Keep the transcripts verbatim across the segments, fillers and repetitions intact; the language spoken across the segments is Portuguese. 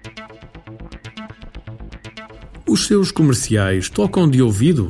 Os seus comerciais tocam de ouvido?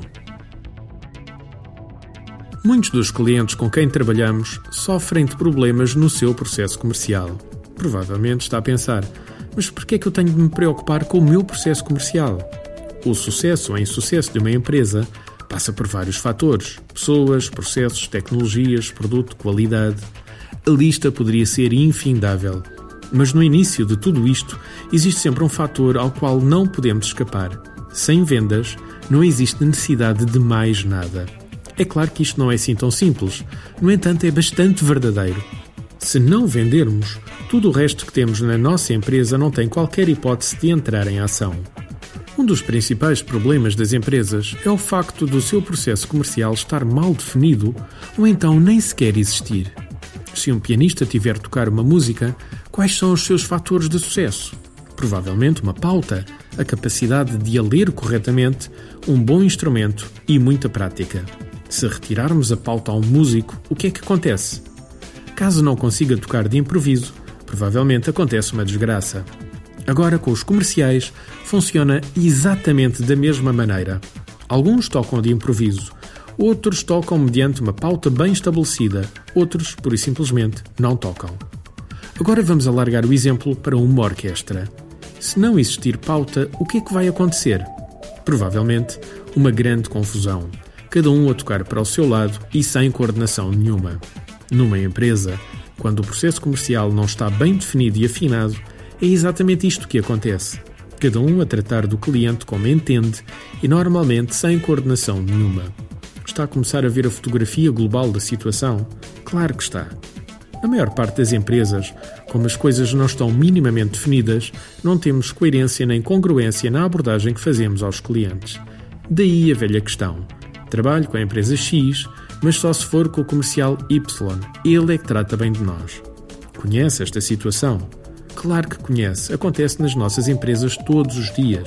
Muitos dos clientes com quem trabalhamos sofrem de problemas no seu processo comercial. Provavelmente está a pensar, mas por que é que eu tenho de me preocupar com o meu processo comercial? O sucesso ou insucesso de uma empresa passa por vários fatores: pessoas, processos, tecnologias, produto, qualidade. A lista poderia ser infindável. Mas no início de tudo isto, existe sempre um fator ao qual não podemos escapar. Sem vendas, não existe necessidade de mais nada. É claro que isto não é assim tão simples, no entanto é bastante verdadeiro. Se não vendermos, tudo o resto que temos na nossa empresa não tem qualquer hipótese de entrar em ação. Um dos principais problemas das empresas é o facto do seu processo comercial estar mal definido ou então nem sequer existir. Se um pianista tiver de tocar uma música, quais são os seus fatores de sucesso? Provavelmente uma pauta, a capacidade de a ler corretamente, um bom instrumento e muita prática. Se retirarmos a pauta a um músico, o que é que acontece? Caso não consiga tocar de improviso, provavelmente acontece uma desgraça. Agora, com os comerciais, funciona exatamente da mesma maneira. Alguns tocam de improviso, outros tocam mediante uma pauta bem estabelecida, outros, pura e simplesmente, não tocam. Agora vamos alargar o exemplo para uma orquestra. Se não existir pauta, o que é que vai acontecer? Provavelmente, uma grande confusão. Cada um a tocar para o seu lado e sem coordenação nenhuma. Numa empresa, quando o processo comercial não está bem definido e afinado, é exatamente isto que acontece. Cada um a tratar do cliente como entende e normalmente sem coordenação nenhuma. Está a começar a ver a fotografia global da situação? Claro que está. A maior parte das empresas, como as coisas não estão minimamente definidas, não temos coerência nem congruência na abordagem que fazemos aos clientes. Daí a velha questão. Trabalho com a empresa X, mas só se for com o comercial Y. Ele é que trata bem de nós. Conhece esta situação? Claro que conhece. Acontece nas nossas empresas todos os dias.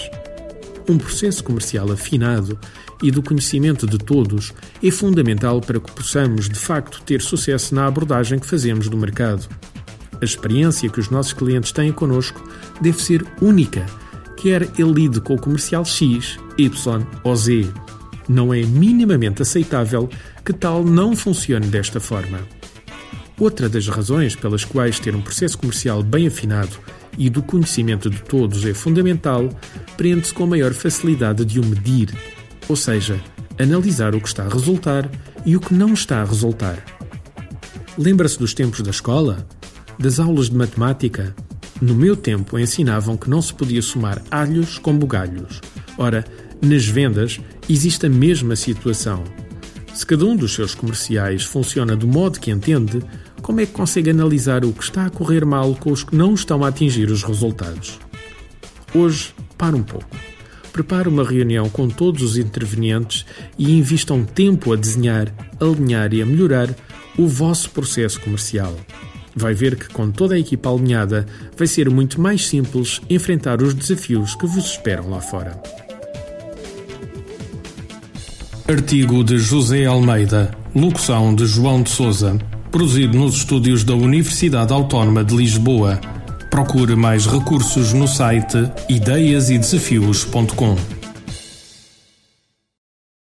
Um processo comercial afinado e do conhecimento de todos é fundamental para que possamos, de facto, ter sucesso na abordagem que fazemos do mercado. A experiência que os nossos clientes têm connosco deve ser única, quer ele lide com o comercial X, Y ou Z. Não é minimamente aceitável que tal não funcione desta forma. Outra das razões pelas quais ter um processo comercial bem afinado e do conhecimento de todos é fundamental prende-se com a maior facilidade de o medir, ou seja, analisar o que está a resultar e o que não está a resultar. Lembra-se dos tempos da escola? Das aulas de matemática? No meu tempo ensinavam que não se podia somar alhos com bugalhos. Ora, nas vendas existe a mesma situação. Se cada um dos seus comerciais funciona do modo que entende, como é que consegue analisar o que está a correr mal com os que não estão a atingir os resultados? Hoje, para um pouco. Prepare uma reunião com todos os intervenientes e invistam tempo a desenhar, alinhar e a melhorar o vosso processo comercial. Vai ver que com toda a equipa alinhada vai ser muito mais simples enfrentar os desafios que vos esperam lá fora. Artigo de José Almeida, locução de João de Sousa, produzido nos estúdios da Universidade Autónoma de Lisboa. Procure mais recursos no site ideias e desafios ponto com.